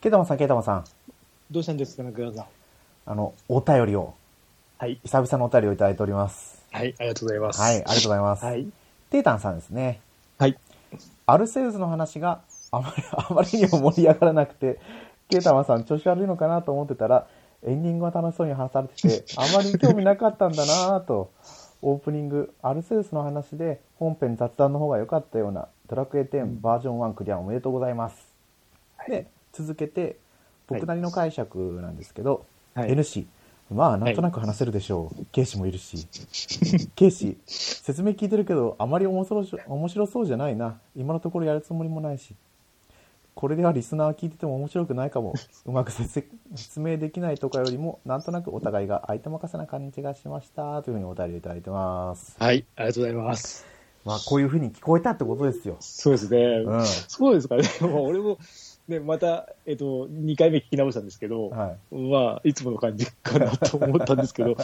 ケイタマさん、ケイタマさん。 どうしたんですか、中川さん。 お便りを、 はい。 久々のお便りをいただいております。 はい、ありがとうございます。 はい、ありがとうございます。 はい。 テイタンさんですね。 はい。 アルセウスの話があまりにも盛り上がらなくて、ケイタマさん調子悪いのかなと思ってたら、エンディングは楽しそうに話されてて、あまり興味なかったんだなぁと、オープニング、アルセウスの話で本編雑談の方が良かったような、ドラクエ10バージョン1クリアおめでとうございます。で、続けて、僕なりの解釈なんですけど、 はい、 NC、まあなんとなく話せるでしょう。ケイシもいるし。ケイシ、説明聞いてるけど、あまり面白そうじゃないな。今のところやるつもりもないし。これではリスナー聞いてても面白くないかも。うまく説明できないとかよりも、なんとなくお互いが相手任せな感じがしました。というふうにお便りいただいてます。 はい、ありがとうございます。 まあこういうふうに聞こえたってことですよ。 そうですね。 うん。 そうですかね。俺も、ね、また、2回目聞き直したんですけど、 はい。 まあ、いつもの感じかなと思ったんですけど、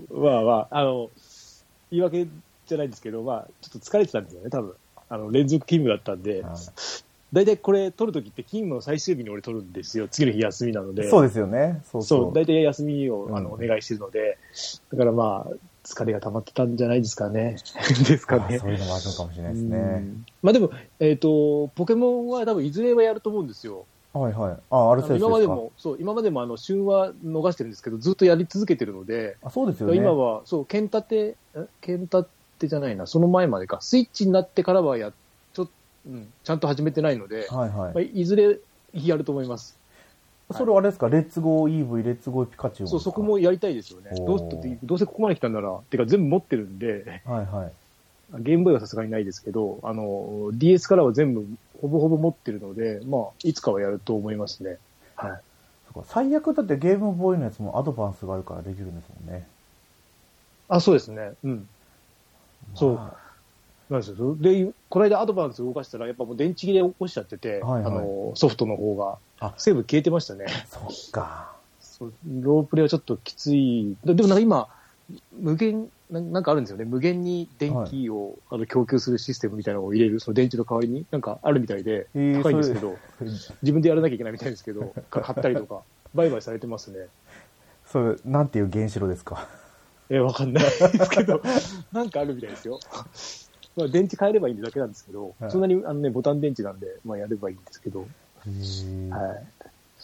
言い訳じゃないんですけど、まあ、ちょっと疲れてたんですよね、多分。連続勤務だったんで、 はい、 大体これ取るときって勤務の最終日に俺取るんですよ。次の日休みなので。 そうですよね。そう。 大体休みをお願いしてるので、だからまあ、疲れが溜まってたんじゃないですかね。ですかね。 そういうのもあるのかもしれないですね。 まあでも、ポケモンは多分いずれはやると思うんですよ。 はいはい。あれ今までも、今までも旬は逃してるんですけど、ずっとやり続けてるので、 そうですよね。 今は、剣立てじゃないな、その前までか、スイッチになってからはちゃんと始めてないので、 はいはい。 いずれやると思います。 それはあれですか、レッツゴー EV、レッツゴーピカチュウ。 そう、そこもやりたいですよね。どうせここまで来たんなら、てか全部持ってるんで、 はいはい。 ゲームボーイはさすがにないですけど、DS からは全部ほぼほぼ持ってるので、まあ、いつかはやると思いますね。はい。 最悪だってゲームボーイのやつもアドバンスがあるからできるんですもんね。 そうですね。うん。そう。なんですよ。で、この間アドバンス動かしたら、やっぱもう電池切れ起こしちゃってて、 はいはい、 ソフトの方が。セーブ消えてましたね。 そっか。 ロープレはちょっときつい。でもなんか今、無限、なんかあるんですよね。無限に電気を、供給するシステムみたいなのを入れる、その電池の代わりになんかあるみたいで、高いんですけど、自分でやらなきゃいけないみたいですけど、買ったりとか、売買されてますね。 それ、なんていう原子炉ですか？ わかんないですけど、なんかあるみたいですよ。まあ電池変えればいいだけなんですけど、そんなにボタン電池なんで、まあやればいいんですけど、はい。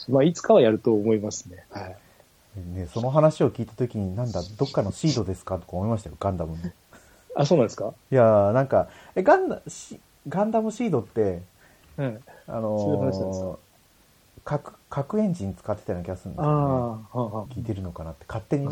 まあいつかはやると思いますね。はい。 ね、その話を聞いたときに、なんだ、どっかのシードですかとか思いましたよ、ガンダムの。 そうなんですか？ いやー、なんか、ガンダムシードって、 そういう話なんですか？ 核エンジン使ってたような気がするんですよね。聞いてるのかなって勝手にね。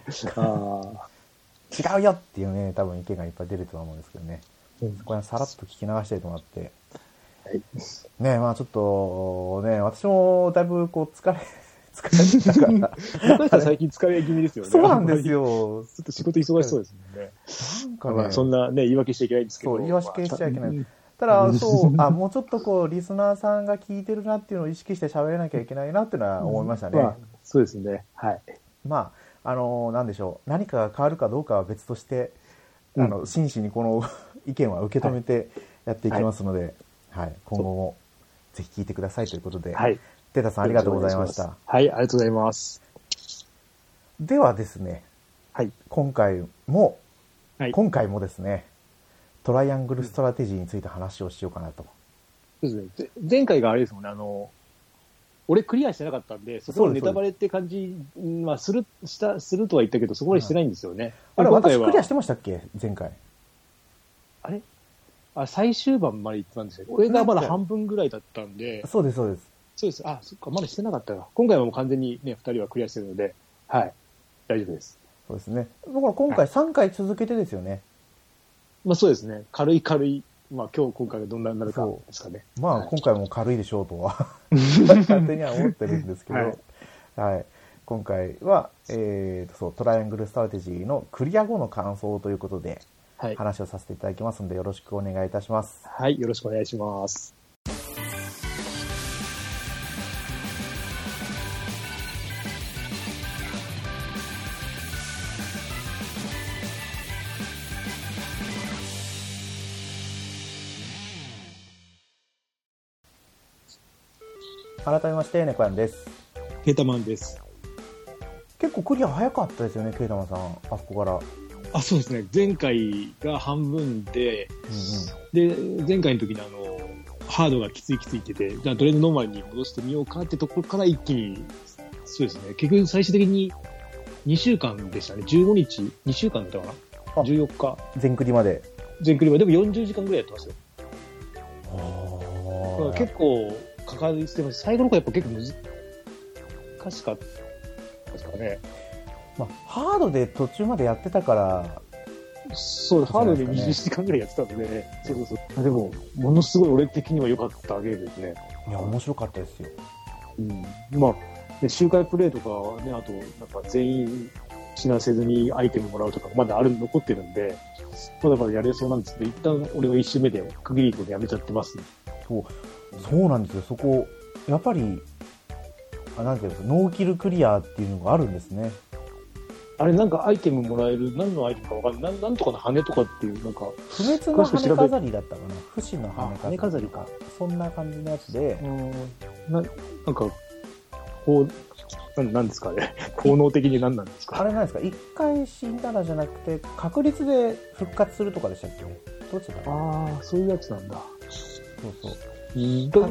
違うよっていうね、多分意見がいっぱい出るとは思うんですけどね。そこはさらっと聞き流してもらって。 はい、 ね、まあちょっとね、私もだいぶこう疲れてたから。 高橋さん最近疲れ気味ですよね。 そうなんですよ。 ちょっと仕事忙しそうですもんね。なんかね、まあ、そんなね、言い訳しちゃいけないんですけど。 そう、言い訳しちゃいけない。ただ、そう、もうちょっとこう、リスナーさんが聞いてるなっていうのを意識して喋らなきゃいけないなっていうのは思いましたね。 そうですね。はい。 まあ、なんでしょう。何かが変わるかどうかは別として、真摯にこの意見は受け止めてやっていきますので、はい、今後もぜひ聞いてくださいということで、 はい。 テータさんありがとうございました。 はい、ありがとうございます。 ではですね、 はい。 今回もですね、トライアングルストラテジーについて話をしようかなと。 そうですね。前回があれですもんね、俺クリアしてなかったんで、そこのネタバレって感じ、まあ、するとは言ったけど、そこまでしてないんですよね。 あれ、私クリアしてましたっけ前回。 あれ最終盤まで行ってたんですよ。俺がまだ半分ぐらいだったんで。 そうです、そうです。 そうです。そっか、まだしてなかったか。今回はもう完全にね、二人はクリアしてるので、はい。大丈夫です。 そうですね。だから今回3回続けてですよね。 まあそうですね。軽い。まあ今回がどんなになるかですかね。 まあ今回も軽いでしょうとは勝手には思ってるんですけど、はい。今回は、トライアングルストラテジーのクリア後の感想ということで、話をさせていただきますので、よろしくお願いいたします。 はい、よろしくお願いします。 改めまして、猫やんです。 ケータマンです。 結構クリア早かったですよね、ケータマンさん。あそこから。 あ、そうですね。前回が半分で、で、前回の時にハードがきついって言ってて、じゃあとりあえずノーマルに戻してみようかってところから一気に、そうですね。結局最終的に2週間でしたね。15日、2週間だったかな ?14 日。 全クリまで。 全クリまで。でも40時間ぐらいやってますよ。結構かかりしてます。最後の方やっぱ結構難しかったですからね。 まあ、ハードで途中までやってたから、 そう、ハードで20時間ぐらいやってたんでね。そう。でも、ものすごい俺的には良かったゲームですね。 いや、面白かったですよ。 まあ、で周回プレイとかね、あと、なんか全員死なせずにアイテムもらうとか、まだ残ってるんで、まだまだやれそうなんですけど、一旦俺は1周目で区切りとでやめちゃってますね。 そうなんですよ。そこ、やっぱり、なんていうんですか、ノーキルクリアっていうのがあるんですね。あれなんかアイテムもらえる、何のアイテムかわかんない。なんとかの羽とかっていう、なんか。 不滅の羽飾りだったかな。不死の羽飾りか。そんな感じのやつで。 なんか、こう、なんですかね。効能的に何なんですか。 あれなんですか、一回死んだらじゃなくて、確率で復活するとかでしたっけ？どっちだろう。 ああ、そういうやつなんだ。 そう。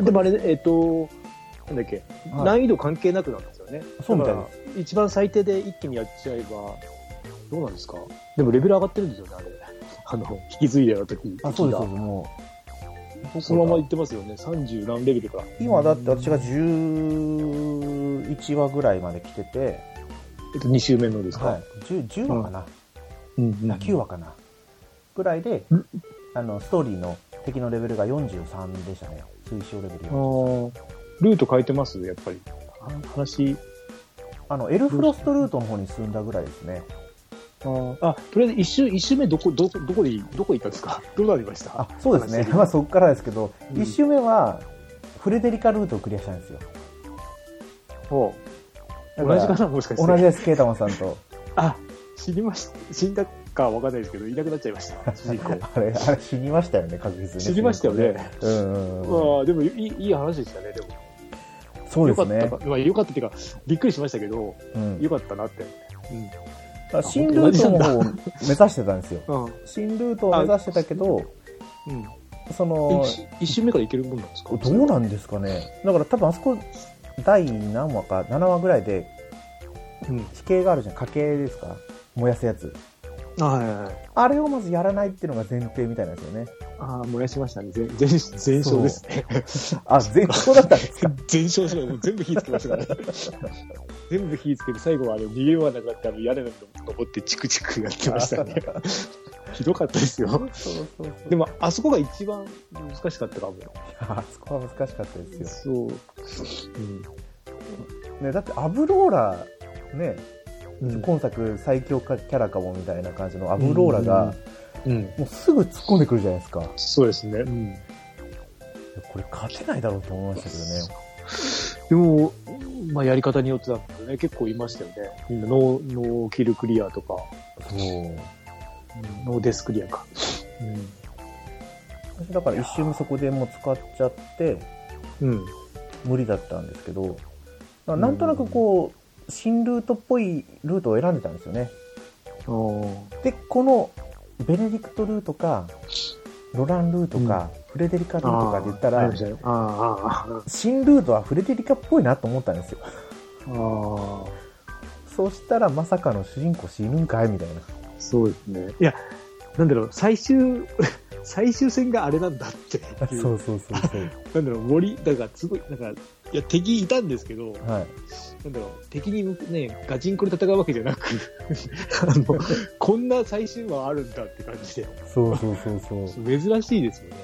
でもあれ、なんだっけ、難易度関係なくなんですよね。 そうみたいです。 一番最低で一気にやっちゃえば、どうなんですか？でもレベル上がってるんですよね、あれ。引き継いでた時。 あ、そうです、もう。そのままいってますよね、30何レベルか。 今だって私が11話ぐらいまで来てて、 2周目のですか？ はい。10話かな。9話かな。ぐらいで、ストーリーの敵のレベルが43でしたね。推奨レベル43。 ルート変えてますやっぱり。話。 エルフロストルートの方に進んだぐらいですね。 とりあえず一周目どこ行ったんですか？どうなりました？ そうですね。まあそこからですけど、一周目はフレデリカルートをクリアしたんですよ。 同じかな、もしかして。 同じです、ケータマンさんと。 死んだかわかんないですけど、いなくなっちゃいました。主人公。 あれ死にましたよね、確実に。 死にましたよね。でもいい話でしたね、でも。 そうですね。 よかったっていうか、びっくりしましたけど、よかったなって。 新ルートの方を目指してたんですよ。新ルートを目指してたけど、 一周目からいけるもんなんですか？ どうなんですかね。だから多分あそこ、第何話か、7話ぐらいで、地形があるじゃん。家系ですか？燃やすやつ。あれをまずやらないっていうのが前提みたいなんですよね。 燃やしましたね。全焼ですね。 全焼だったんですか？ 全焼しました。全部火つけましたからね。全部火つけて、最後は逃げようがなくなって屋根の登ってチクチクやってましたね。ひどかったですよ。でも、あそこが一番難しかったかも。 あそこは難しかったですよ。 ね、 だってアブローラね、今作最強キャラかもみたいな感じのアブローラが、もうすぐ突っ込んでくるじゃないですか。 そうですね。 これ勝てないだろうと思いましたけどね。でも、やり方によってだったね、結構いましたよね。みんなノーキルクリアとか。ノーデスクリアか。 私だから一瞬そこでもう使っちゃって、無理だったんですけど、なんとなくこう、新ルートっぽいルートを選んでたんですよね。で、このベネディクトルートか、ロランルートか、フレデリカルートかで言ったら、新ルートはフレデリカっぽいなと思ったんですよ。そしたらまさかの主人公死ぬんかいみたいな。 そうですね。いや、なんだろう、最終戦があれなんだって。 そう。 なんだろう、だからすごい、いや、敵いたんですけど、なんだろう、敵にね、ガチンコで戦うわけじゃなく、こんな最終話あるんだって感じで。 そう。 珍しいですよ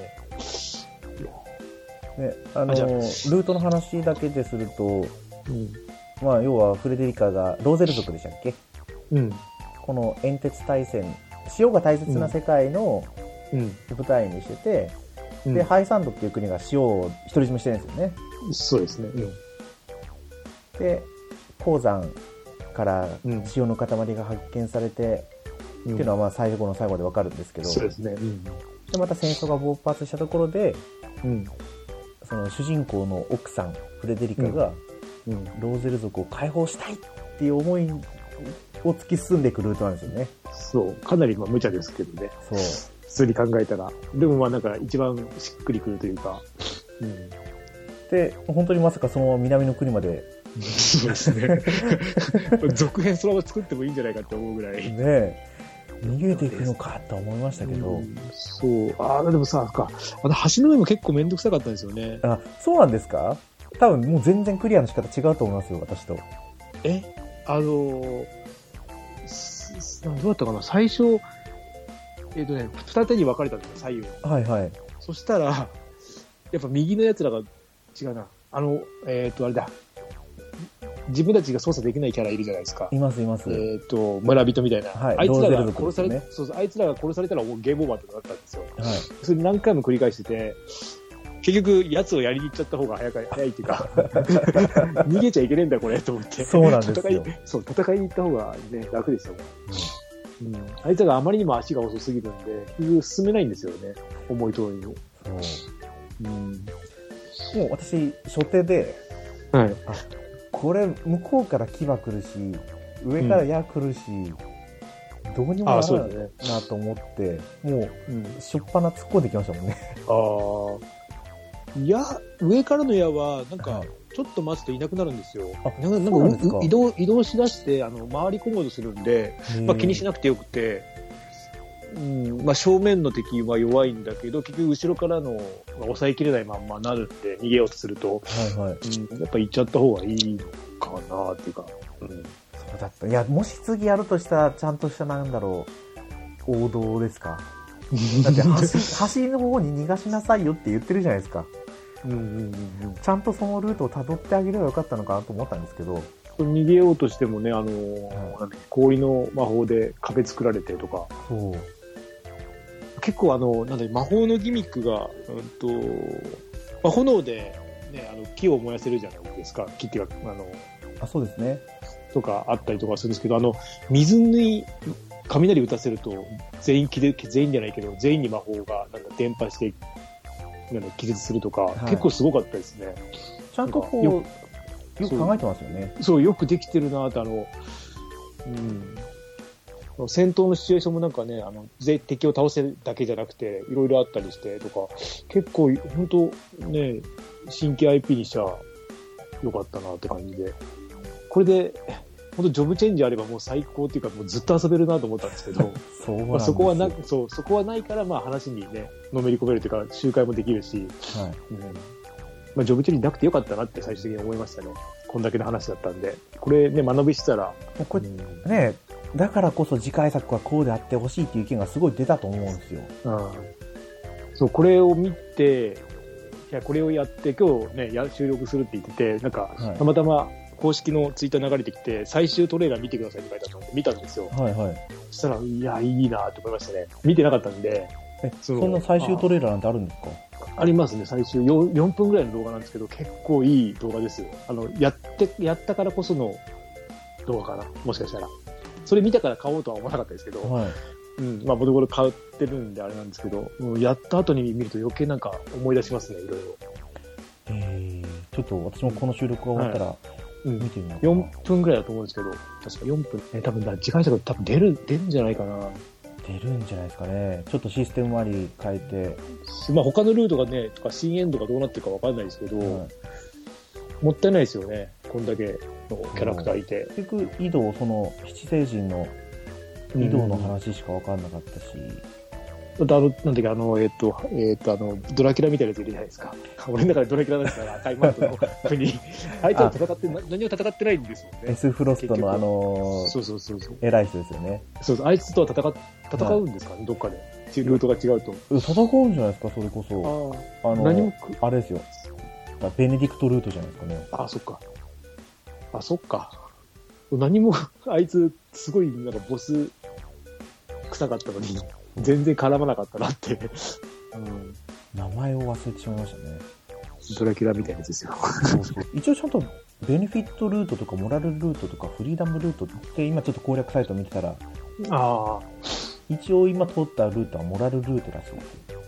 ね。ルートの話だけですると、要はフレデリカが、ローゼル族でしたっけ？この煙鉄大戦、塩が大切な世界の舞台にしてて、で、ハイサンドっていう国が塩を独り占めしてるんですよね。 そうですね。 で、鉱山から塩の塊が発見されて、っていうのは最後の最後でわかるんですけど、 そうですね。 で、また戦争が勃発したところで、 その主人公の奥さん、フレデリカが、ローゼル族を解放したいっていう思いを突き進んでいくルートなんですよね。 そう。かなり無茶ですけどね。 そう。 普通に考えたら。でもなんか一番しっくりくるというか。 で、本当にまさかそのまま南の国まで。 そうですね。続編そのまま作ってもいいんじゃないかって思うぐらい。 ねえ。逃げていくのかと思いましたけど。 そう。でもさ、橋の上も結構めんどくさかったんですよね。 あ、そうなんですか？多分もう全然クリアの仕方違うと思いますよ、私と。 どうだったかな最初、二手に分かれたんですよ、左右。 はいはい。 そしたら、やっぱ右の奴らが違うな。あれだ。自分たちが操作できないキャラいるじゃないですか。 いますいます。 村人みたいな。 はい。 あいつらが殺され、ね、そうそう、あいつらが殺されたらもうゲームオーバーってなったんですよ。はい。それ何回も繰り返してて、結局、奴をやりに行っちゃった方が早いっていうか、逃げちゃいけねえんだこれと思って。 そうなんですよ。 戦いに行った方がね、楽ですよね。あいつらがあまりにも足が遅すぎるんで、結局進めないんですよね。思い通りに。 そう。もう私、初手で、はい。これ、向こうから牙来るし、上から矢来るし、どうにもならないなと思って、もう、しょっぱな突っ込んできましたもんね。 上からの矢は、なんか、ちょっと待つといなくなるんですよ。なんか移動しだして、回り込もうとするんで、気にしなくてよくて、正面の敵は弱いんだけど、結局後ろからの、抑えきれないまんまなるんで、逃げようとすると、やっぱ行っちゃった方がいいのかなっていうか。 そうだった。いや、もし次やるとしたら、ちゃんとした王道ですか？だって橋の方に逃がしなさいよって言ってるじゃないですか。ちゃんとそのルートを辿ってあげればよかったのかなと思ったんですけど。 逃げようとしてもね、氷の魔法で壁作られてとか。そう。結構魔法のギミックが、炎で、ね、木を燃やせるじゃないですか。木っていうか、 そうですね。 とかあったりとかするんですけど、水に雷打たせると、全員じゃないけど、全員に魔法が伝播して、気絶するとか、結構すごかったですね。 ちゃんとよく考えてますよね。 そう、よくできてるなって、戦闘のシチュエーションもなんかね、敵を倒せるだけじゃなくて、いろいろあったりしてとか、結構、本当ね、新規 IP にしちゃよかったなって感じで。これで、本当ジョブチェンジあればもう最高っていうか、もうずっと遊べるなと思ったんですけど、そこはないから、話にね、のめり込めるというか、周回もできるし、ジョブチェンジなくてよかったなって最終的に思いましたね。こんだけの話だったんで。これね、間延びしたら。 これ、ね、だからこそ次回作はこうであってほしいっていう意見がすごい出たと思うんですよ。 そう、これを見て、いや、これをやって、今日ね、収録するって言ってて、なんか、たまたま公式のツイッター流れてきて、最終トレーラー見てくださいって書いてあったので、見たんですよ。そしたら、いや、いいなと思いましたね。見てなかったんで。 そんな最終トレーラーなんてあるんですか？ ありますね、最終4分ぐらいの動画なんですけど、結構いい動画ですよ。やったからこその動画かな、もしかしたら。それ見たから買おうとは思わなかったですけど、ボトゴル買ってるんであれなんですけど、やった後に見ると余計なんか思い出しますね、いろいろ。 ちょっと私もこの収録が終わったら、見てみようかな。4分ぐらいだと思うんですけど、確か4分、多分次回作多分出るんじゃないかな。 出るんじゃないですかね。ちょっとシステム周り変えて。 他のルートがね、とか新エンドがどうなってるかわかんないですけど、もったいないですよね。こんだけのキャラクターいて。 結局、七星人の移動の話しかわかんなかったし。 なんだっけ、ドラキュラみたいなやついるじゃないですか。俺の中でドラキュラなんですから、赤いマークの国。あいつは何も戦ってないんですよね。 エスフロストのそう。 偉い人ですよね。 そう、あいつとは戦うんですかね、どっかで。ルートが違うと。 戦うんじゃないですか、それこそ。あれですよ。ベネディクトルートじゃないですかね。 そっか。何も、あいつ、すごい、なんかボス、臭かったのに、全然絡まなかったなって。 名前を忘れてしまいましたね。 ドラキュラみたいなやつですよ。 一応ちゃんと、ベネフィットルートとか、モラルルートとか、フリーダムルートって、今ちょっと攻略サイト見てたら、一応今通ったルートはモラルルートらしいですよ。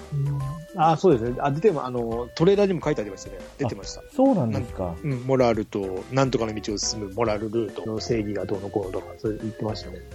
そうですね。出ても、トレーラーにも書いてありましたね。出てました。 そうなんですか。 モラルと、なんとかの道を進むモラルルートの正義がどうのこうのとか、それ言ってましたね。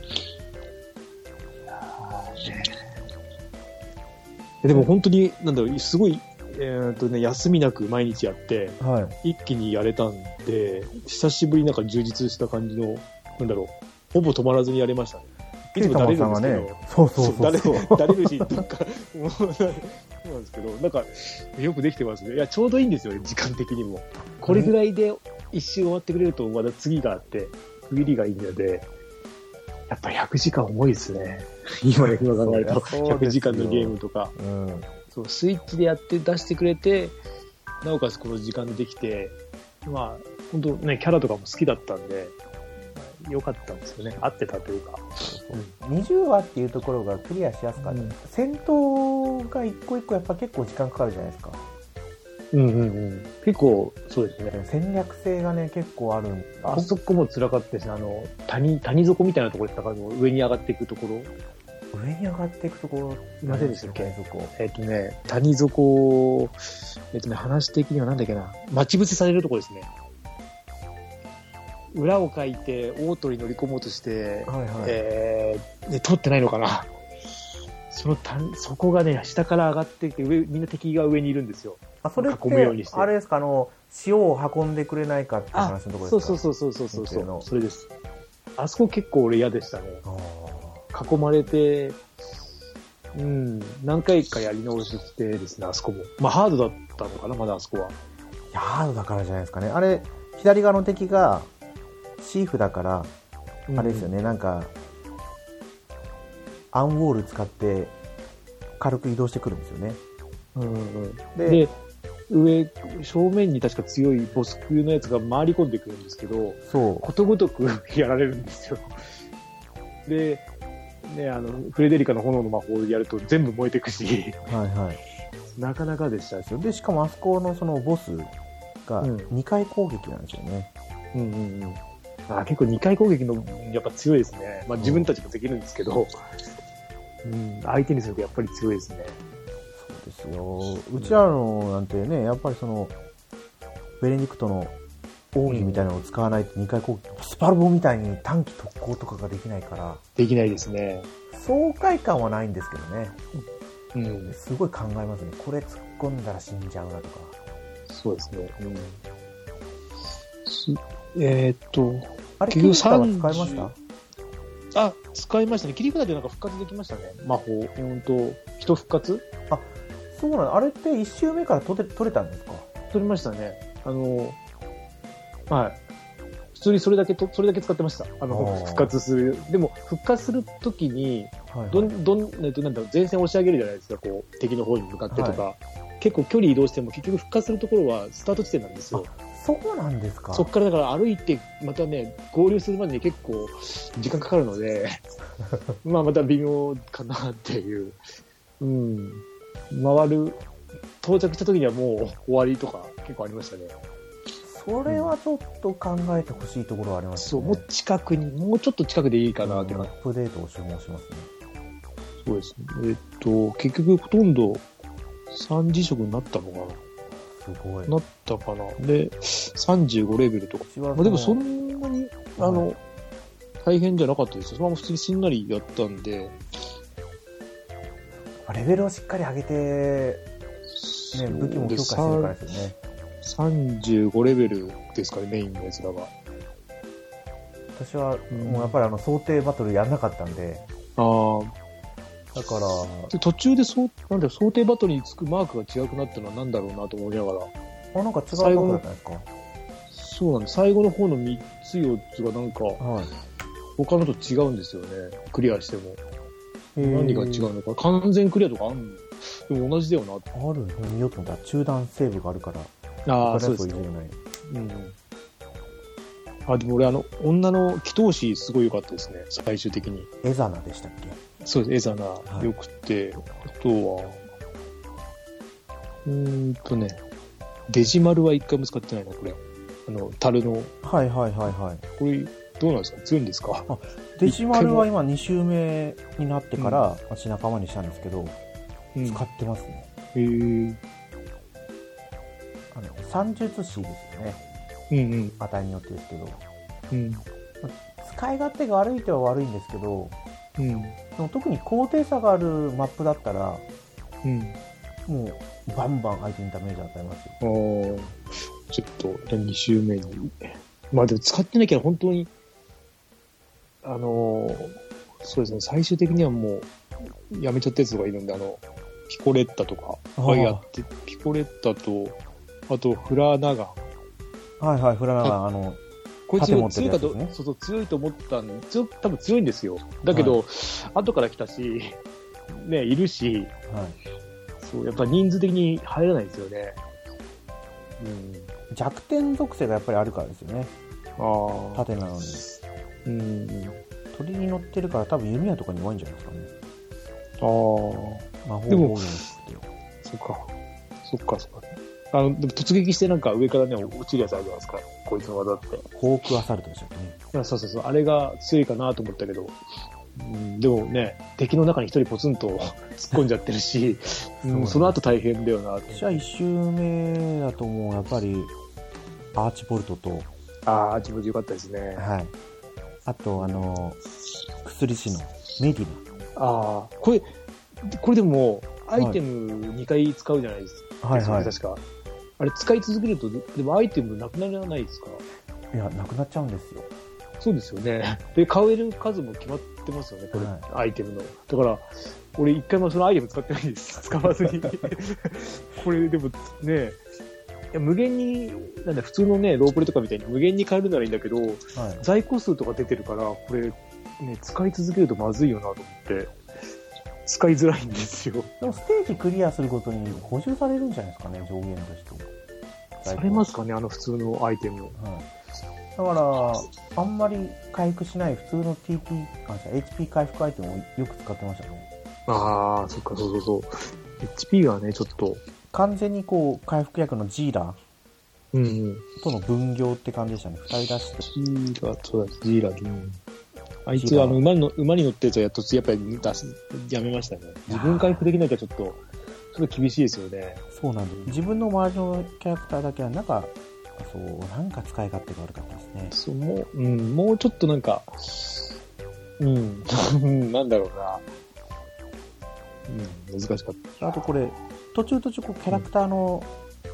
でも本当に、すごい、休みなく毎日やって、はい、一気にやれたんで、久しぶりに充実した感じの、ほぼ止まらずにやれましたね。いつもだれるんですけど、ね、そうだれるし、もうそうなんですけど、よくできてますね。いや、ちょうどいいんですよね、時間的にも。これぐらいで一周終わってくれると、まだ次があって、区切りがいいので、やっぱり100時間重いですね。今考えると、100時間のゲームとか。そう、スイッチでやって出してくれて、なおかつこの時間でできて、本当ね、キャラとかも好きだったんで、良かったんですよね。合ってたというか。 20話っていうところがクリアしやすかった。戦闘が一個一個やっぱ結構時間かかるじゃないですか。 結構、そうですね。 戦略性がね、結構ある。 あそこも辛かったですね。谷底みたいなところでしたから、上に上がっていくところ。 上に上がっていくところ、 なぜでしたっけ？谷底、話的にはなんだっけな。待ち伏せされるところですね。裏を書いて、オートに乗り込もうとして、取ってないのかな。そこがね、下から上がってきて、みんな敵が上にいるんですよ。 それって、あれですか、塩を運んでくれないかって話のところですか？ そう、それです。あそこ結構俺嫌でしたね。囲まれて、何回かやり直してですね、あそこも。ハードだったのかな、まだあそこは。 いや、ハードだからじゃないですかね。あれ、左側の敵が、シーフだから、あれですよね、アンウォール使って軽く移動してくるんですよね。 で、正面に確か強いボス級のやつが回り込んでくるんですけど、ことごとくやられるんですよ。で、フレデリカの炎の魔法をやると全部燃えてくし、なかなかでしたですよ。 で、しかもあそこのそのボスが2回攻撃なんですよね。 結構2回攻撃のやっぱ強いですね。自分たちもできるんですけど、相手にするとやっぱり強いですね。 そうですよ。うちらのなんてね、やっぱりベネディクトの奥義みたいなのを使わないと2回攻撃、スパルボみたいに短期特攻とかができないから。 できないですね。 爽快感はないんですけどね。すごい考えますね。これ突っ込んだら死んじゃうなとか。 そうですね。 あれ、切り札は使いました？ 使いましたね。切り札で復活できましたね。魔法。人復活？ そうなの。あれって1周目から取れたんですか？ 取りましたね。普通にそれだけ使ってました。復活する。でも、復活するときに、前線を押し上げるじゃないですか、敵の方に向かってとか。結構距離移動しても結局復活するところはスタート地点なんですよ。 そうなんですか。 そこからだから歩いてまたね、合流するまでに結構時間かかるので、また微妙かなっていう。到着した時にはもう終わりとか結構ありましたね。 それはちょっと考えてほしいところはありますね。 もうちょっと近くでいいかなって。 アップデートを所望しますね。 そうですね。結局ほとんど3次色になったのかな。 すごい。 なったかな。で、35レベルとか。でもそんなに、大変じゃなかったですよ。普通にすんなりやったんで。 レベルをしっかり上げて、武器も強化してるからですよね。 35レベルですかね、メインのやつらが。 私は、もうやっぱり想定バトルやんなかったんで。だから。 途中で想定バトルにつくマークが違くなったのは何だろうなと思いながら。 なんか違うマークだったんですか？ そうなんです。最後の方の3つ4つが他のと違うんですよね。クリアしても。何が違うのか。完全クリアとかあるの？でも同じだよな。 ある見ようと思ったら中断セーブがあるから。 そうですね。でも俺女の祈祷師すごい良かったですね。最終的に。 エザナでしたっけ？ そうです。エザナ良くて、あとはデジマルは一回も使ってないな、これ。樽の。これ、どうなんですか？強いんですか？ デジマルは今2周目になってから、仲間にしたんですけど、 使ってますね。算術詞ですよね。値によってですけど。使い勝手が悪いとは悪いんですけど、でも特に高低差があるマップだったら、もうバンバン相手にダメージ与えますよ。 ちょっと2周目に。まあでも使ってなきゃ本当に、そうですね、最終的にはもうやめちゃったやつがいるんで、ピコレッタとかがやって、ピコレッタと、あとフラナガン。 はいはい、フラナガン、 こいつ強いかと、そう強いと思ったんで、多分強いんですよ。だけど、後から来たし、ね、いるし、そう、やっぱ人数的に入らないですよね。 弱点属性がやっぱりあるからですよね。盾なのに。鳥に乗ってるから多分弓矢とかに弱いんじゃないですかね。魔法防御にして。 そっか。でも突撃してなんか上からね、落ちるやつあるじゃないですか。こいつの技って。 ホークアサルトでしたっけね。 そう。あれが強いかなと思ったけど。でもね、敵の中に一人ポツンと突っ込んじゃってるし、その後大変だよな。 じゃあ1周目だともうやっぱり、アーチボルトと。 アーチボルトよかったですね。 はい。あと、薬師のメディナ。これでも、アイテム2回使うじゃないですか。はいはい。確か。あれ使い続けると、でもアイテムなくならないですか？ いや、なくなっちゃうんですよ。 そうですよね。で、買える数も決まってますよね、これ、アイテムの。だから、俺一回もそのアイテム使ってないんです。使わずに。これでもね、無限に、普通のね、ロープレとかみたいに無限に買えるならいいんだけど、在庫数とか出てるから、これ、ね、使い続けるとまずいよなと思って、使いづらいんですよ。 でもステージクリアするごとに補充されるんじゃないですかね、上限として。 されますかね、普通のアイテム。 だから、あんまり回復しない普通の HP 回復アイテムをよく使ってましたね。 そっか、そう。HP がね、ちょっと。 完全にこう、回復薬のジーラとの分業って感じでしたね。二人出して。 ジーラ、あいつは馬に乗ってるやつやっぱりやめましたね。自分回復できないからちょっと厳しいですよね。 そうなんです。自分の周りのキャラクターだけはなんか使い勝手が悪かったですね。 もうちょっとなんか、なんだろうな。難しかった。 あとこれ、途中こうキャラクターの、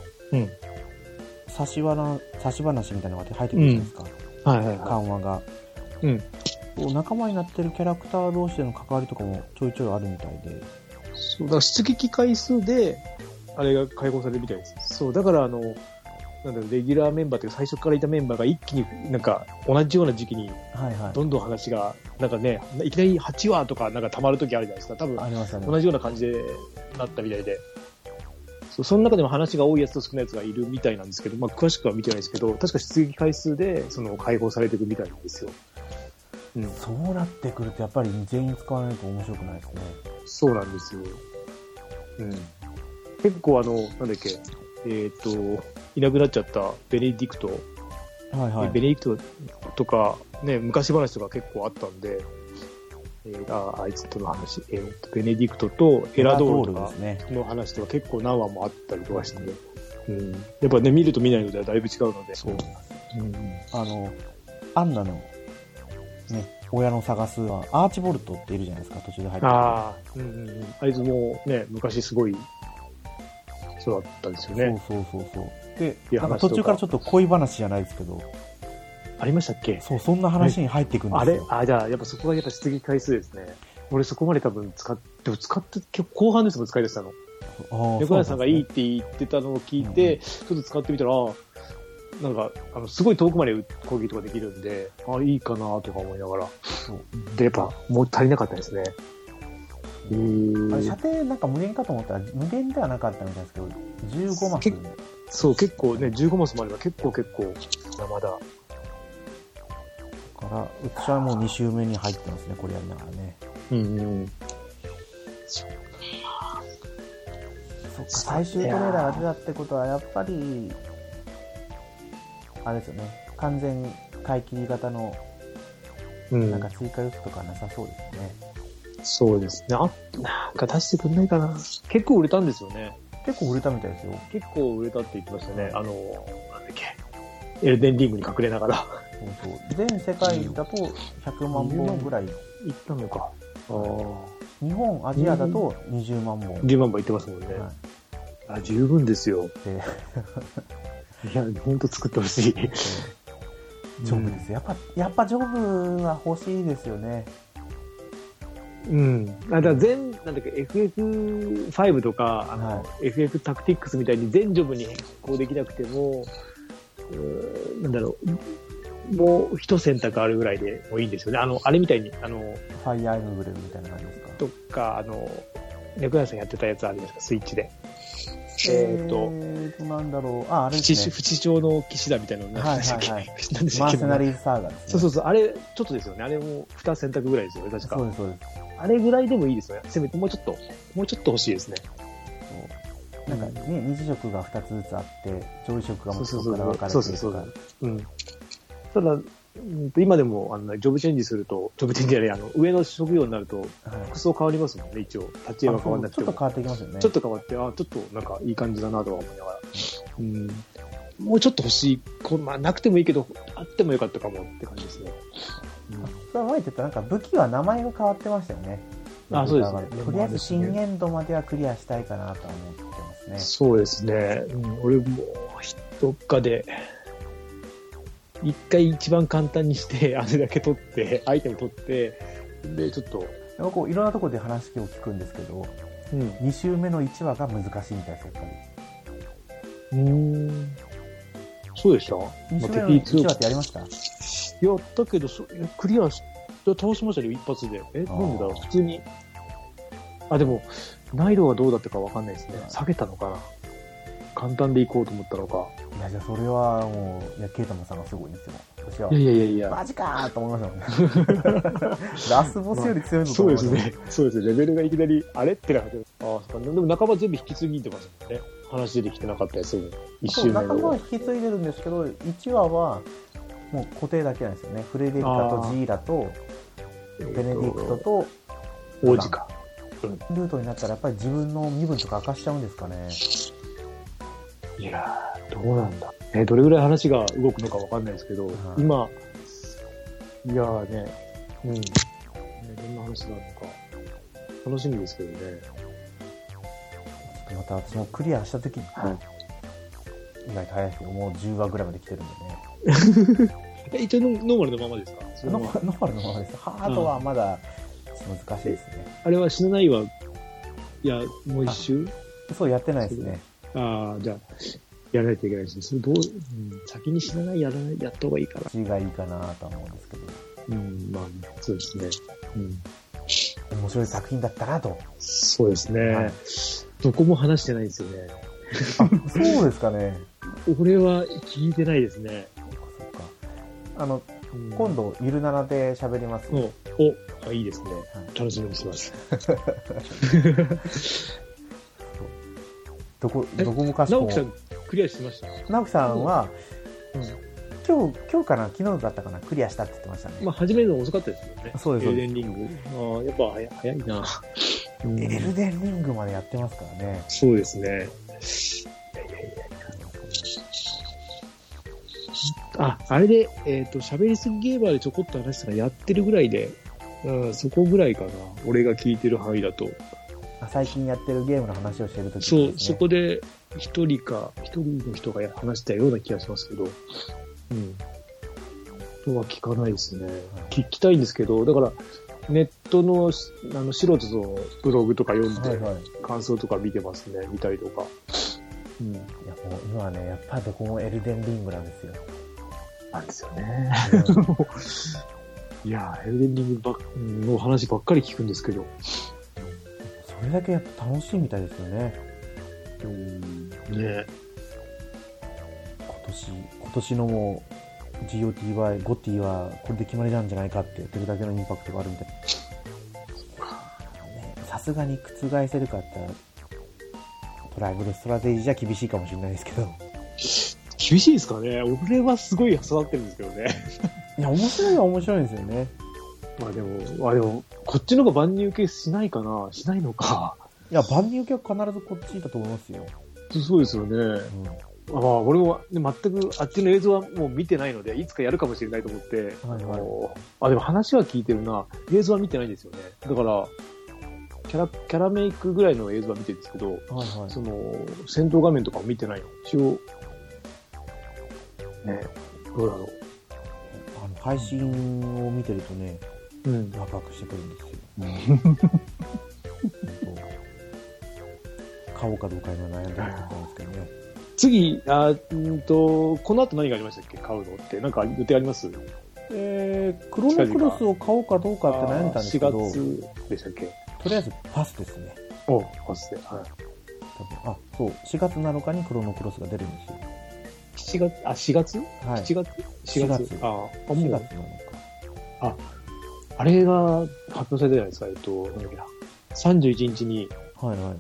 差し話みたいなのが入ってくるじゃないですか。緩和が。仲間になってるキャラクター同士での関わりとかもちょいちょいあるみたいで。 そう、だから出撃回数で、あれが解放されるみたいです。そう、だからレギュラーメンバーというか最初からいたメンバーが一気になんか同じような時期に、どんどん話が、なんかね、いきなり8話とかなんか溜まる時あるじゃないですか。多分、同じような感じでなったみたいで。その中でも話が多いやつと少ないやつがいるみたいなんですけど、詳しくは見てないですけど、確か出撃回数で解放されていくみたいなんですよ。 そうなってくるとやっぱり全員使わないと面白くないですね。 そうなんですよ。結構なんだっけ、いなくなっちゃったベネディクト。ベネディクトとか、ね、昔話とか結構あったんで、あいつとの話、ベネディクトとエラドールとかの話とか結構何話もあったりとかして、やっぱね、見ると見ないのではだいぶ違うので。そうなんです。 アンナの、ね、親の探すはアーチボルトっているじゃないですか、途中で入ってあいつもね、昔すごいそうだったんですよね。 そうで、なんか途中からちょっと恋話じゃないですけど、 ありましたっけ？ そう、そんな話に入っていくんですよ。 じゃあやっぱそこがやっぱ出撃回数ですね。俺そこまで多分使って結構後半ですもん使い出したの。猫屋さんがいいって言ってたのを聞いて、ちょっと使ってみたら、なんか、すごい遠くまで攻撃とかできるんで、いいかなとか思いながら。で、やっぱ、もう足りなかったですね。 射程なんか無限かと思ったら、無限ではなかったみたいですけど、15マス。 そう、結構ね、15マスもあれば結構、まだ。 だから、私はもう2周目に入ってますね、これやりながらね。そっか、最終トレーラーが出たってことは、やっぱり、あれですよね、完全買い切り型の、なんか追加要素とかなさそうですね。 そうですね。なんか出してくんないかな。結構売れたんですよね。 結構売れたみたいですよ。 結構売れたって言ってましたね。なんだっけ。エルデンリングに隠れながら。 そうそう。全世界だと100万本ぐらい。 いったのか。 日本、アジアだと20万本。 10万本いってますもんね。はい、十分ですよ。いや、ほんと作ってほしい。 ジョブです。やっぱジョブは欲しいですよね。 うん。だからなんだっけ、FF5 とか、FF タクティックスみたいに全ジョブに変更できなくても、なんだろう、もう一選択あるぐらいでもいいんですよね。あれみたいに、ファイアーエムブレムみたいな感じですか？ とか、猫屋さんやってたやつあるじゃないですか、スイッチで。 なんだろう。あれですね。 不死鳥の騎士だみたいなのなんでしたっけ？ マーセナリーズサーガですね。 そう。あれ、ちょっとですよね。あれも2選択ぐらいですよね、確か。 そうです。 あれぐらいでもいいですよね。せめてもうちょっと欲しいですね。 なんかね、二次色が2つずつあって、上位色がもうそこから分かれてるとか。 ただ、今でも、ジョブチェンジすると、ジョブチェンジじゃない、上の職業になると、服装変わりますもんね、一応。立ち絵が変わんなくても。 ちょっと変わってきますよね。 ちょっと変わって、ちょっとなんかいい感じだなとは思いながら。もうちょっと欲しい。なくてもいいけど、あってもよかったかもって感じですね。 それは前言ったなんか武器は名前が変わってましたよね。 そうですね。 とりあえず新限度まではクリアしたいかなとは思ってますね。 そうですね。俺も、どっかで、一回一番簡単にして、あれだけ取って、アイテム取って、で、ちょっと。 こういろんなところで話を聞くんですけど、2周目の1話が難しいみたいです、やっぱり。 そうでした ？2周目の1話ってやりました？ やったけど、クリア倒しましたよ、一発で。なんでだろう、普通に。でも、難易度はどうだったかわかんないですね。下げたのかな。簡単でいこうと思ったのか。 いや、じゃあそれはもう、ケイタマさんがすごいんですよ。私は。 いや。 マジかーと思いましたもんね。ラスボスより強いのと思いました。 そうですね。レベルがいきなり、あれってなって。でも仲間全部引き継ぎってますもんね。話出てきてなかったやつに。一周目の。 仲間は引き継いでるんですけど、1話は、もう固定だけなんですよね。フレデリカとジーラと、ベネディクトと、 王子か。 ルートになったらやっぱり自分の身分とか明かしちゃうんですかね。 いやー、どうなんだ。どれぐらい話が動くのかわかんないですけど、今、いやーね、どんな話なのか、楽しみですけどね。 また私もクリアしたときに、意外と早いですけど、もう10話ぐらいまで来てるんでね。 一応ノーマルのままですか？ ノーマルのままです。ハードはまだ難しいですね。 あれは死なないは、いや、もう一周？ そう、やってないですね。 じゃあ、やらないといけないですね。それ先に死なないやった方がいいかな。 死がいいかなとは思うんですけど。 そうですね。 面白い作品だったなと。 そうですね。どこも話してないですよね。 そうですかね。 俺は聞いてないですね。 そっか。今度、ゆるならで喋ります。 いいですね。楽しみにしてます。 どこもかしこも。 直樹さん、クリアしました？ 直樹さんは、今日かな、昨日だったかな、クリアしたって言ってましたね。 始めるの遅かったですよね。 そうです。 エルデンリング。やっぱ早いな。 エルデンリングまでやってますからね。 そうですね。いや。あれで、喋りすぎゲーバーでちょこっと話したらやってるぐらいで、そこぐらいかな。俺が聞いてる範囲だと。 最近やってるゲームの話をしてるときですね。 そこで一人の人が話したような気がしますけど、とは聞かないですね。聞きたいんですけど、だから、ネットの、素人のブログとか読んで、感想とか見てますね、見たりとか。 いや、もう今はね、やっぱりどこもエルデンリングなんですよ。 なんですよね。いや、エルデンリングの話ばっかり聞くんですけど。 それだけやっぱ楽しいみたいですよね。 ね。 今年のもう GOTY、ゴティはこれで決まりなんじゃないかって言ってるだけのインパクトがあるみたい。さすがに覆せるかって言ったら、トライブルストラテジーじゃ厳しいかもしれないですけど。 厳しいですかね。俺はすごい育ってるんですけどね。 いや、面白いは面白いんですよね。 まあでも、こっちの方が万人受けしないかな、しないのか。 いや、万人受けは必ずこっちだと思いますよ。 そうですよね。まあ、俺も、ね、全くあっちの映像はもう見てないので、いつかやるかもしれないと思って、 はいはいでも話は聞いてるな。映像は見てないんですよね。だから、キャラメイクぐらいの映像は見てるんですけど、 はいはい、 その、戦闘画面とかも見てないの。一応、ね、どうだろう。 配信を見てるとね、ワクワクしてくるんですよ。買おうかどうか今悩んでるところなんですけどね。 次、この後何がありましたっけ、買うのって。なんか予定あります？ クロノクロスを買おうかどうかって悩んでたんですけど、 4月でしたっけ？ とりあえずパスですね。 パスで。はい。 そう、4月7日にクロノクロスが出るんですよ。 4月？ はい。 4月？ 4月。4月なのか。 あれが発表されたじゃないですか。なんだっけな。31日に。 はいはい。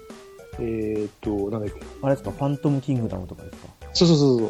なんだっけ。 あれですか、ファントムキングダムとかですか？ そう。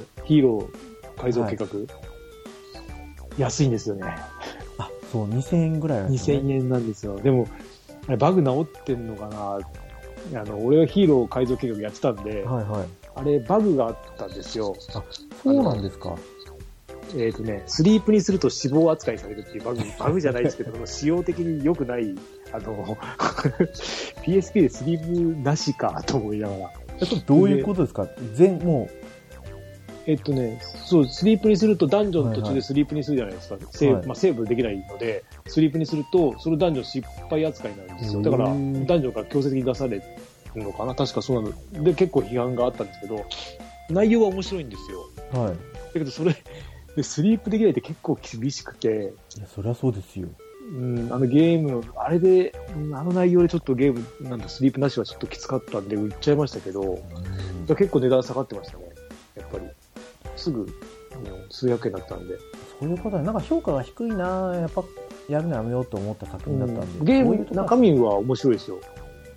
ヒーロー改造計画。はい、安いんですよね。 そう、2000円ぐらいなんですよね。 2000円なんですよ。でも、あれバグ治ってんのかな？俺はヒーロー改造計画やってたんで、 はいはい。 あれバグがあったんですよ。 そうなんですか。 スリープにすると死亡扱いされるっていうバグじゃないですけど、仕様的に良くない、PSP でスリープなしかと思いながら。 どういうことですか？もう。 そう、スリープにするとダンジョンの途中でスリープにするじゃないですか。セーブできないので、スリープにすると、そのダンジョン失敗扱いになるんですよ。だから、ダンジョンから強制的に出されるのかな？確かそうなの。で、結構批判があったんですけど、内容は面白いんですよ。はい。だけど、それ、でスリープできないって結構厳しくて。 いや、そりゃそうですよ。 ゲーム、あれで、あの内容でちょっとゲーム、スリープなしはちょっときつかったんで売っちゃいましたけど、結構値段下がってましたね。やっぱり。すぐ、数百円だったんで。 そういうことは、なんか評価が低いな、やっぱやるのやめようと思った作品だったんで。 ゲーム、中身は面白いですよ。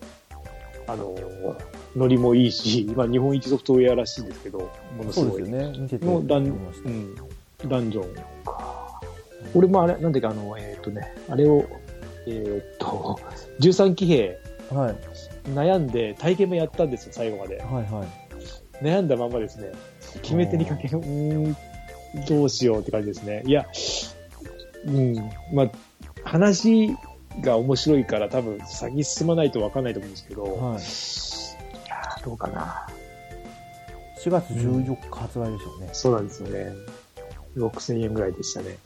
ノリもいいし、今日本一ソフトウェアらしいんですけど、ものすごい。 そうですよね。見ててのダンジョンか。俺もあれ、なんでかあれを、13騎兵、 はい、 悩んで体験もやったんですよ、最後まで。 はいはい。 悩んだままですね、決め手にかけよどうしようって感じですね。いや、まあ、話が面白いから多分先進まないと分かんないと思うんですけど、はい、いやどうかな。 4月14日発売でしょうね。 そうなんですよね。6000円ぐらいでしたね。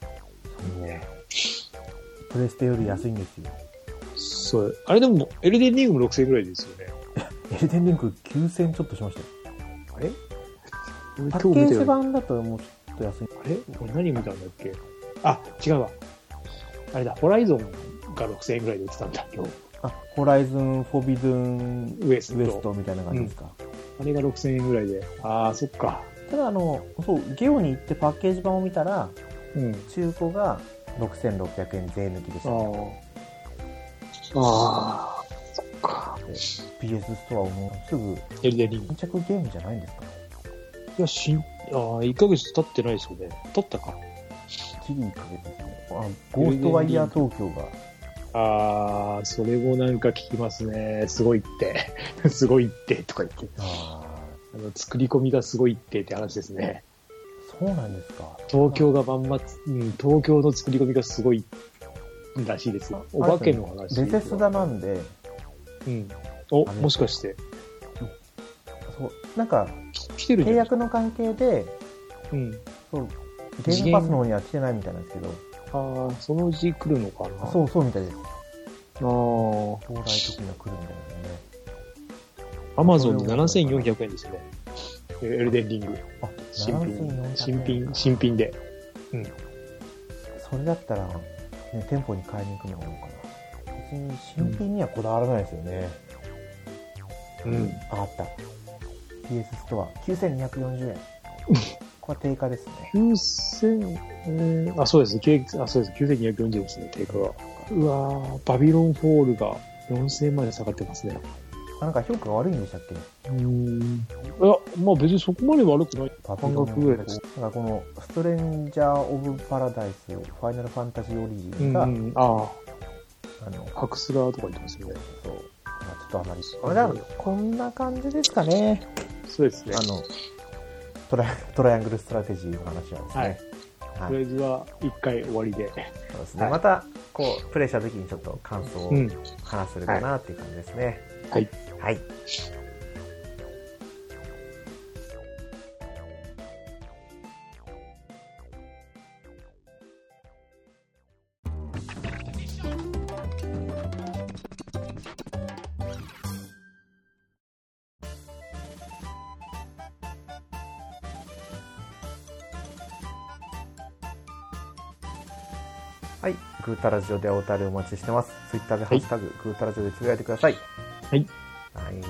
プレステより安いんですよ。 そう。あれでも、エルデンリングも6000円ぐらいですよね。 エルデンリング9000ちょっとしましたよ。 あれパッケージ版だともうちょっと安い。 あれこれ何見たんだっけ？違うわ。あれだ、ホライゾンが6000円ぐらいで売ってたんだけど。 ホライズン、フォビドゥン、 ウエストみたいな感じですか。 あれが6000円ぐらいで。そっか。 ただゲオに行ってパッケージ版を見たら、中古が6600円税抜きでした。 そっか。 PS ストアをもうすぐ、 エルデンリング。 新着ゲームじゃないんですか？ いや、1ヶ月経ってないですよね。経ったか。 ギリ1ヶ月ですね。ゴーストワイヤー東京が。 それもなんか聞きますね。すごいって。すごいって、とか言って。作り込みがすごいって話ですね。 そうなんですか。 東京が東京の作り込みがすごいらしいですよ。お化けの話。 ベセスダなんで。 もしかして。 そう、なんか、契約の関係で、そう、ゲームパスの方には来てないみたいなんですけど。 そのうち来るのかな。 そうみたいです。将来的には来るみたいなね。 アマゾンで7400円ですね。エルデンリング。新品で。 それだったら、店舗に買いに行くのがいいのかな。別に新品にはこだわらないですよね。あった。PS ストア、9240円。これは定価ですね。 そうです。9240円ですね、定価が。うわー、バビロンフォールが4000円まで下がってますね。 なんか評価が悪いんでしたっけ？ いや、まあ別にそこまで悪くない。 パピロンぐらいです。 なんかこのストレンジャー・オブ・パラダイス、ファイナルファンタジー・オリジンが、 ハクスラーとか言ってますね。 そう。まあ、ちょっとあまり。こんな感じですかね。 そうですね。 トライアングルストラテジーの話はですね。 はい。とりあえずは1回終わりで。 そうですね。はい、また、こう、プレイした時にちょっと感想を話せるかなっていう感じですね。 はい。 はい。はい。グータラジオでお便りお待ちしてます。ツイッターでハッシュタグ、グータラジオでつぶやいてください。 はい。 はい。という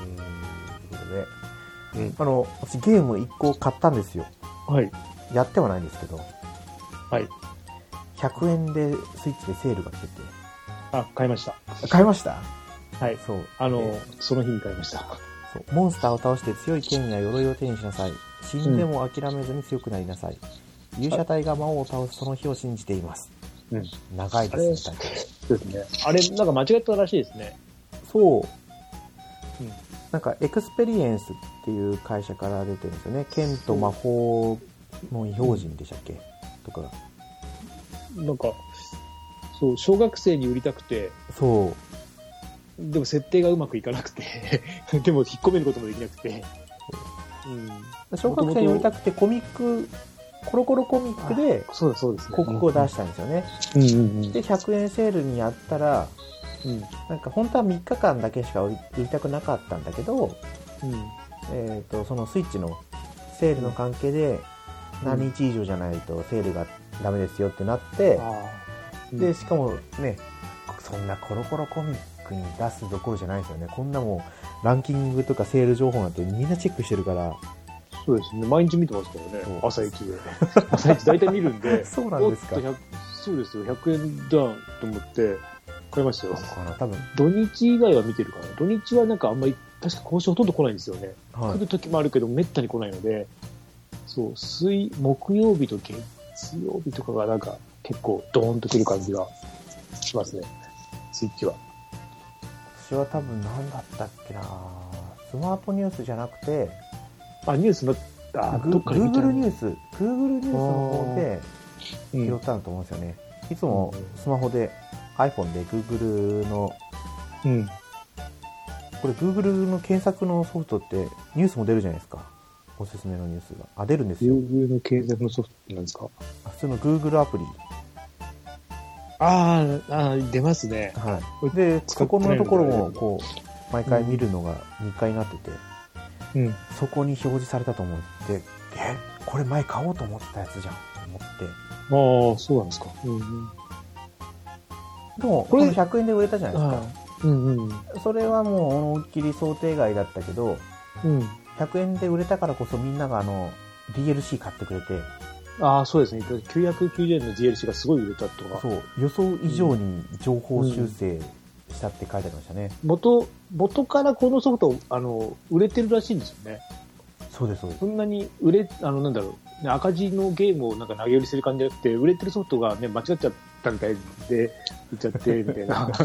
ことで、私ゲーム1個買ったんですよ。 はい。 やってはないんですけど。 はい。 100円でスイッチでセールが来てて。 買いました。 買いました？ はい。 そう。 その日に買いました。 そう。モンスターを倒して強い剣や鎧を手にしなさい。死んでも諦めずに強くなりなさい。勇者隊が魔王を倒すその日を信じています。 うん。 長いですね。 そうですね。あれ、なんか間違ったらしいですね。 そう。なんか、エクスペリエンスっていう会社から出てるんですよね。剣と魔法の異表人でしたっけ、とか。 なんか、そう、小学生に売りたくて。 そう。 でも設定がうまくいかなくて。でも引っ込めることもできなくて。 小学生に売りたくてコミック、コロコロコミックで、 そうですね。 広告を出したんですよね。で、100円セールにやったら、なんか本当は3日間だけしか売りたくなかったんだけど、そのスイッチのセールの関係で何日以上じゃないとセールがダメですよってなって、で、しかもね、そんなコロコロコミックに出すどころじゃないですよね。こんなもうランキングとかセール情報なんてみんなチェックしてるから。 そうですね。毎日見てますからね。朝一で。朝一大体見るんで。 そうなんですか。 そうですよ。100円だと思って買いましたよ。 多分。 土日以外は見てるから。土日はなんかあんまり、確か講習ほとんど来ないんですよね。来る時もあるけど、めったに来ないので、そう、木曜日と月曜日とかがなんか結構ドーンと来る感じがしますね。スイッチは。 私は多分何だったっけな、スマートニュースじゃなくて、 ニュースの、 どっかで見た Google ニュースの方で拾ったんだと思うんですよね。いつもスマホで、iPhone で Google の、これ Google の検索のソフトってニュースも出るじゃないですか。おすすめのニュースが。出るんですよ。 Google の検索のソフトって何ですか？ 普通の Google アプリ。 出ますね。 はい。で、そこのところも、こう、毎回見るのが日課になってて、そこに表示されたと思って、これ前買おうと思ってたやつじゃんと思って。 そうなんですか。 でも、これ100円で売れたじゃないですか。それはもう思いっきり想定外だったけど、100円で売れたからこそみんながDLC 買ってくれて。 そうですね。990円の DLC がすごい売れたとか。 そう。予想以上に情報修正したって書いてありましたね。 元からこのソフト、売れてるらしいんですよね。 そうです、そうです。 そんなになんだろう、赤字のゲームをなんか投げ売りする感じじゃなくて、売れてるソフトがね、間違っちゃったみたいで、売っちゃって、みたいな。だ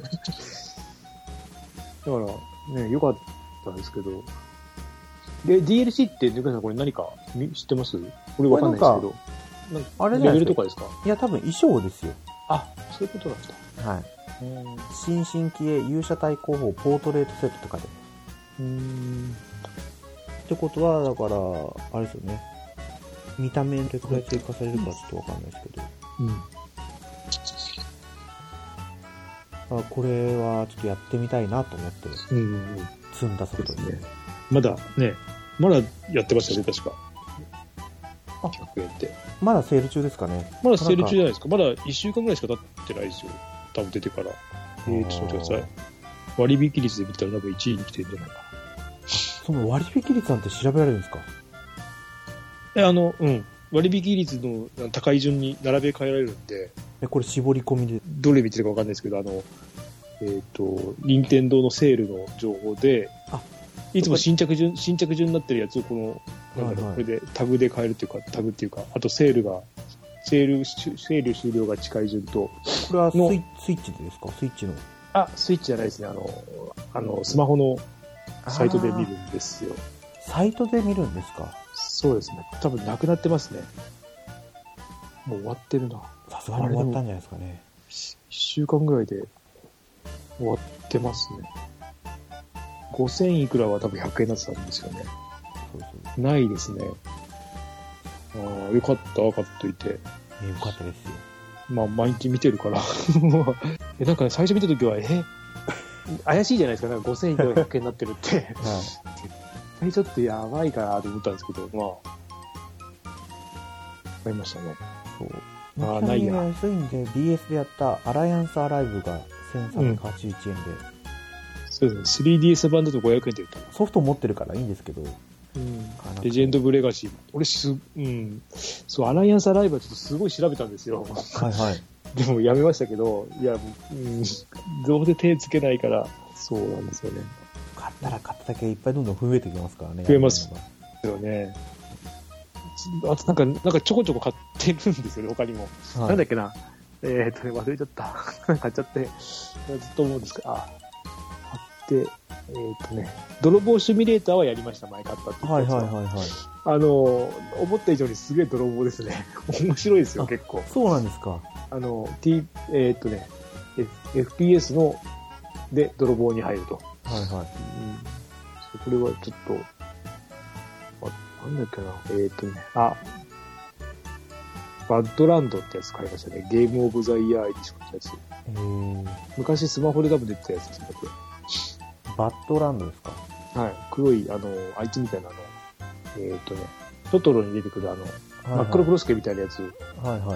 からね、良かったんですけど。で、DLC って、ぬかさんこれ何か知ってます？これわかんないですけど。あれレベルとかですか？ いや、多分衣装ですよ。 そういうことなんだ。 はい。新進気鋭勇者隊候補ポートレートセットとかで。ってことは、だから、あれですよね。見た目どれくらい追加されるかちょっとわかんないですけど。これはちょっとやってみたいなと思って、積んだソフトですね。 まだやってましたね、確か。100円って。 まだセール中ですかね。 まだセール中じゃないですか。まだ1週間ぐらいしか経ってないですよ。多分出てから。ちょっと待ってください。割引率で見たら多分1位に来てるんじゃないかな。 その割引率なんて調べられるんですか？ 割引率の高い順に並べ替えられるんで。 これ絞り込みで。 どれ見てるかわかんないですけど、 任天堂のセールの情報で、いつも新着順になってるやつをこれでタグで買えるっていうか、タグっていうか、あとセール終了が近い順と。 これはスイッチでですか？スイッチの。 スイッチじゃないですね。スマホのサイトで見るんですよ。 サイトで見るんですか？ そうですね。多分なくなってますね。もう終わってるな。 さすがに終わったんじゃないですかね。 1週間ぐらいで終わってますね。5000いくらは多分100円になってたんですよね。そうないですね。よかった、買っといて。 よかったですよ。 まあ、毎日見てるから。なんか、ね、最初見たときは、怪しいじゃないですか。なんか5000いくら100円になってるって。絶対ちょっとやばいかなと思ったんですけど、買いましたね。 そう。ないや。安いんで、DS でやったアライアンスアライブが1381円で。 そうですね。3DS 版だと500円で売ってます。 ソフト持ってるからいいんですけど。 レジェンド・オブ・レガシー。俺そう、アライアンス・アライブはちょっとすごい調べたんですよ。 はいはい。 でもやめましたけど、いや、どうせ手つけないから、そうなんですよね。 買ったら買っただけいっぱいどんどん増えてきますからね。 増えますよね。あとなんかちょこちょこ買ってるんですよね、他にも。はい、なんだっけな。忘れちゃった。買っちゃって、ずっと思うんですけど、買って、泥棒シミュレーターはやりました、前買ったって言って。はいはいはいはい。思った以上にすげえ泥棒ですね。面白いですよ、結構。 そうなんですか。 FPS で泥棒に入ると。 はいはい。 これはちょっと、なんだっけな、バッドランドってやつ買いましたね。ゲームオブザイヤーエディションってやつ。昔スマホで多分出てたやつですね。 バッドランドですか？ はい。黒い、あいつみたいなトトロに出てくる真っ黒クロスケみたいなやつ、はいはい。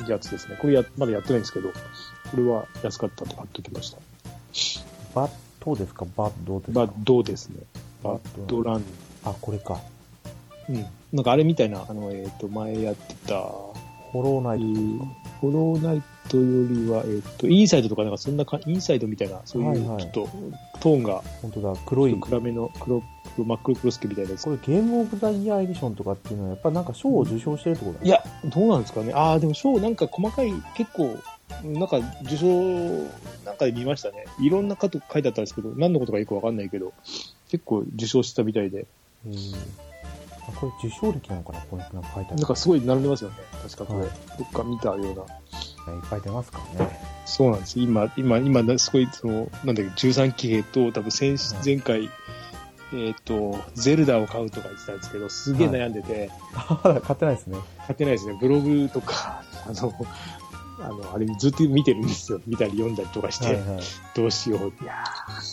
やつですね。これまだやってないんですけど、これは安かったんで買っておきました。 バッドですか？バッドですか？ バッドですね。バッドランド。 これか。 なんかあれみたいな、前やってた、 ホローナイトですか？ ホローナイトよりは、インサイドとかなんかそんなインサイドみたいな、そういう、ちょっと、トーンが、 本当だ、黒い。 暗めの真っ黒クロスケみたいなやつ。 これゲームオブザイヤーエディションとかっていうのは、やっぱなんか賞を受賞してるってこといや、どうなんですかね。でも賞なんか細かい、結構、なんか受賞なんかで見ましたね。いろんなこと書いてあったんですけど、何のことかよくわかんないけど、結構受賞したみたいで。 これ受賞歴なのかな、これなんか書いてある。 なんかすごい並んでますよね。確かこれ、どっか見たような。いっぱい出ますからね。 そうなんです。今、すごい、なんだっけ、13騎兵と、多分前回、ゼルダを買うとか言ってたんですけど、すげえ悩んでて。 まだ買ってないですね。 買ってないですね。ブログとか、あれずっと見てるんですよ。見たり読んだりとかして、どうしよう。いや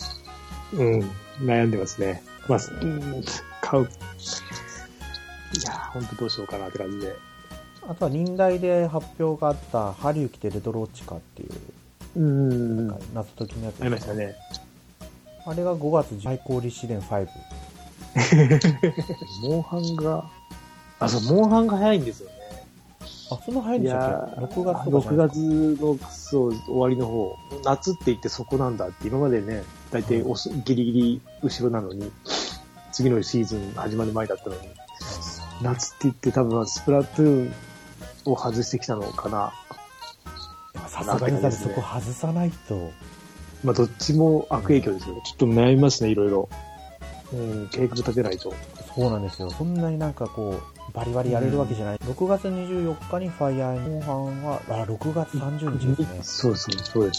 悩んでますね。買う。いやー、ほんとどうしようかなって感じで。 あとは、忍耐で発表があった、ハリウキテレトロチカっていう、謎解きのやつ。 ありましたね。 あれが5月最高立志伝5。 モンハンが、モンハンが早いんですよね。 そんな早いんでしたっけ？ 6 月とか 6月の、終わりの方。夏って言ってそこなんだって、今までね、だいたいギリギリ後ろなのに、次のシーズン始まる前だったのに、夏って言って多分スプラトゥーンを外してきたのかな。 さすがにそこ外さないと。 どっちも悪影響ですよね。ちょっと悩みますね、いろいろ。計画立てないと。 そうなんですよ。そんなになんかバリバリやれるわけじゃない。6月24日にファイアーモンハンは、6月30日ですね。 そうですね。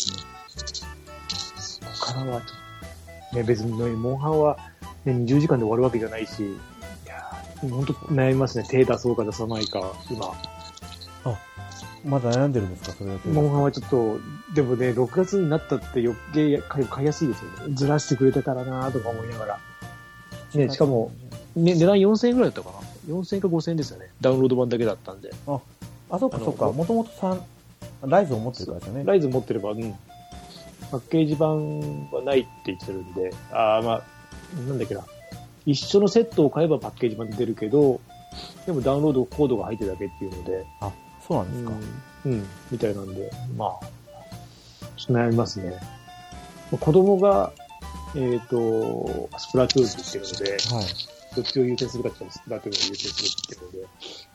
そこからはちょっと、ね、別にモンハンは、ね、20時間で終わるわけじゃないし、本当悩みますね。手出そうか出さないか、今。 まだ悩んでるんですか、それは。 モンハンはちょっと、でもね、6月になったって余計買いやすいですよね。ずらしてくれたからなとか思いながら。ね、しかも、値段4000円ぐらいだったかな。4000円か5000円ですよね。ダウンロード版だけだったんで。 そうか。もともとライズを持ってるからですよね。 ライズ持ってれば、パッケージ版はないって言ってるんで、なんだっけな。一緒のセットを買えばパッケージ版で出るけど、でもダウンロードコードが入ってるだけっていうので。 そうなんですか。 みたいなんで、ちょっと悩みますね。 子供が、スプラトゥーンって言ってるので、 はい。 どっちを優先するかって言ったらスプラトゥーンを優先するって言ってる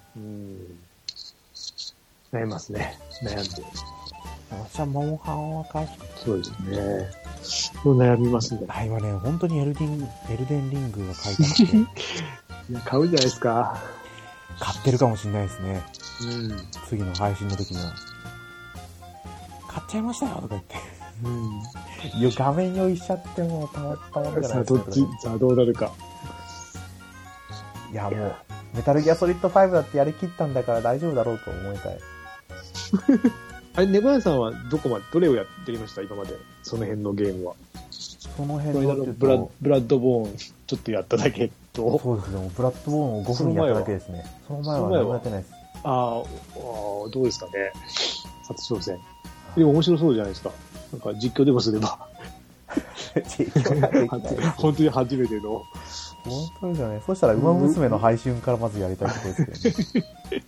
ので、悩みますね。悩んで。 私はモンハンは返しそうですね。もう悩みますね。 今ね、本当にエルデンリングが書いてあって、 いや、買うんじゃないですか。 買ってるかもしれないですね。 うん。 次の配信の時には。買っちゃいましたよとか言って。 うん。 いや、画面用意しちゃってもたまったもんじゃないさあ、 ですか。 どっち、さあ、どうなるか。 いや、もう、メタルギアソリッド5だってやりきったんだから大丈夫だろうと思いたい。 あれ、ネバヤさんはどれをやってみました今まで。その辺のゲームは。 その辺のっていうブラと、 ッドボーン、ちょっとやっただけと。 そうですね、もうブラッドボーンを5分やっただけですね。その前は何もやってないです。 ああ、どうですかね。初挑戦。でも面白そうじゃないですか。なんか実況でもすれば。 実況ができないです。 本当に初めての。 本当ですよね。そしたら、馬娘の配信からまずやりたいところですけどね。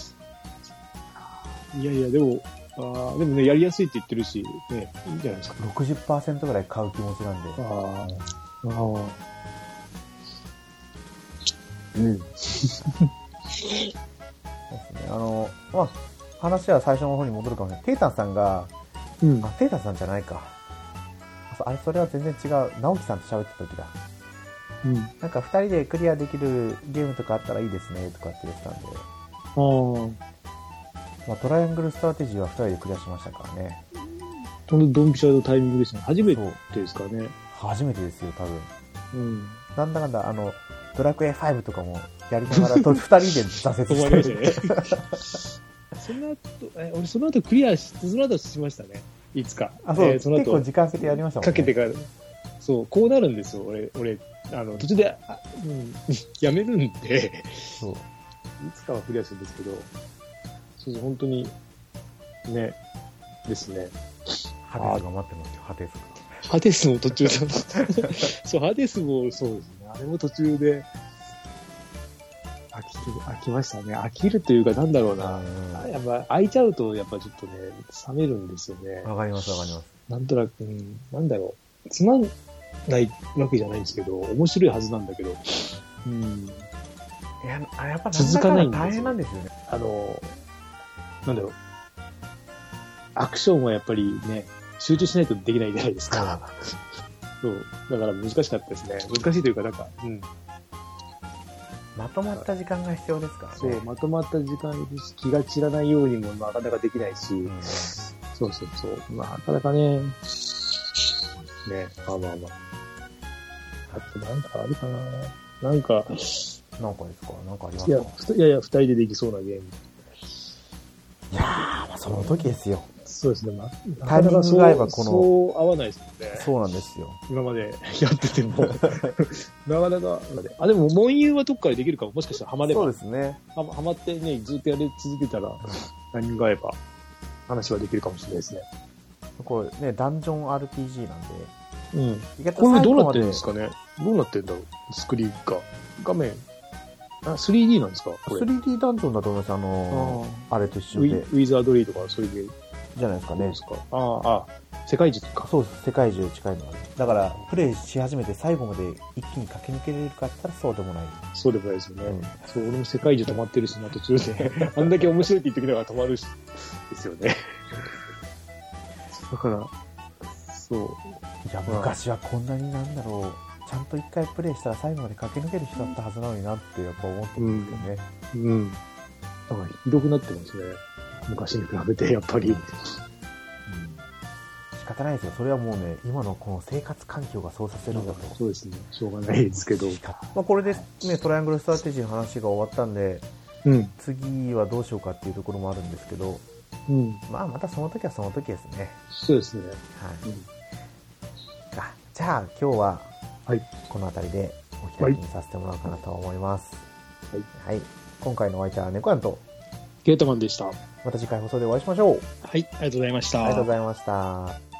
いやいや、でもね、やりやすいって言ってるし、ね、いいんじゃないですか。 60% ぐらい買う気持ちなんで。 うん。 ですね。話は最初の方に戻るかもしれない。テイタンさんが、テイタンさんじゃないか。それは全然違う。直樹さんと喋ってた時だ。なんか二人でクリアできるゲームとかあったらいいですね、とかって言ってたんで。トライアングルストラテジーは二人でクリアしましたからね。 ドンピシャのタイミングですね。初めてですかね。 初めてですよ、多分。 うん。 なんだかんだ、ドラクエ5とかもやりながら、二人で挫折してる。 俺その後クリアしましたね。いつか。 そう、結構時間かけてやりましたもんね。 かけてから。そう、こうなるんですよ。俺、途中で、やめるんで、そう。いつかはクリアするんですけど、そう、本当に、ね、ですね。 ハデスが待ってますよ、ハデスが。 ハデスも途中で、そう、ハデスもそうですね。あれも途中で、飽きましたね。飽きるというか、なんだろうな。やっぱ、開いちゃうと、やっぱちょっとね、冷めるんですよね。 わかります、わかります。 なんとなく、なんだろう。つまんないわけじゃないんですけど、面白いはずなんだけど、 いや、やっぱ続かないんですよ。 大変なんですよね。 なんだろう。アクションはやっぱりね、集中しないとできないじゃないですか。そう。だから難しかったですね。難しいというか、なんか、 まとまった時間が必要ですからね。 そう、まとまった時間に気が散らないようにもなかなかできないし、そう。なかなかね、あとなんかあるかな。なんかですか？なんかありますか？いや、二人でできそうなゲーム。 いやー、その時ですよ。 そうですね。 タイミングが合えばそう合わないですもんね。 そうなんですよ。 今までやってても。なかなか。でも、モンユーはどっかでできるかも。もしかしたらハマれば。 そうですね。 ハマってね、ずっとやり続けたら、タイミングが合えば、話はできるかもしれないですね。 これね、ダンジョン RPG なんで。 これどうなってるんですかね？どうなってるんだろう？スクリーンが。画面。3D なんですか？これ。 3D ダンジョンだと思います。あれと一緒で。 ウィザードリーとかそういう。 じゃないですかね。 世界中か。 そうです。世界中近いのは。だから、プレイし始めて最後まで一気に駆け抜けれるかって言ったらそうでもない。 そうでもないですよね。そう、俺も世界中止まってるしな、途中で。あんだけ面白いって言ってくれば止まるし、ですよね。だから、そう。 いや、昔はこんなになんだろう。ちゃんと一回プレイしたら最後まで駆け抜ける人だったはずなのになってやっぱ思ってるんですよね。 だからひどくなってますね。昔に比べて、やっぱり。 仕方ないですよ。それはもうね、今のこの生活環境がそうさせるんだと。 そうですね。しょうがないですけど。 これでね、トライアングルストラテジーの話が終わったんで、次はどうしようかっていうところもあるんですけど、またその時はその時ですね。 そうですね。 じゃあ今日は、この辺りでお開きにさせてもらおうかなと思います。今回のお相手はネコヤンとゲートマンでした。 また次回放送でお会いしましょう。 はい、ありがとうございました。 ありがとうございました。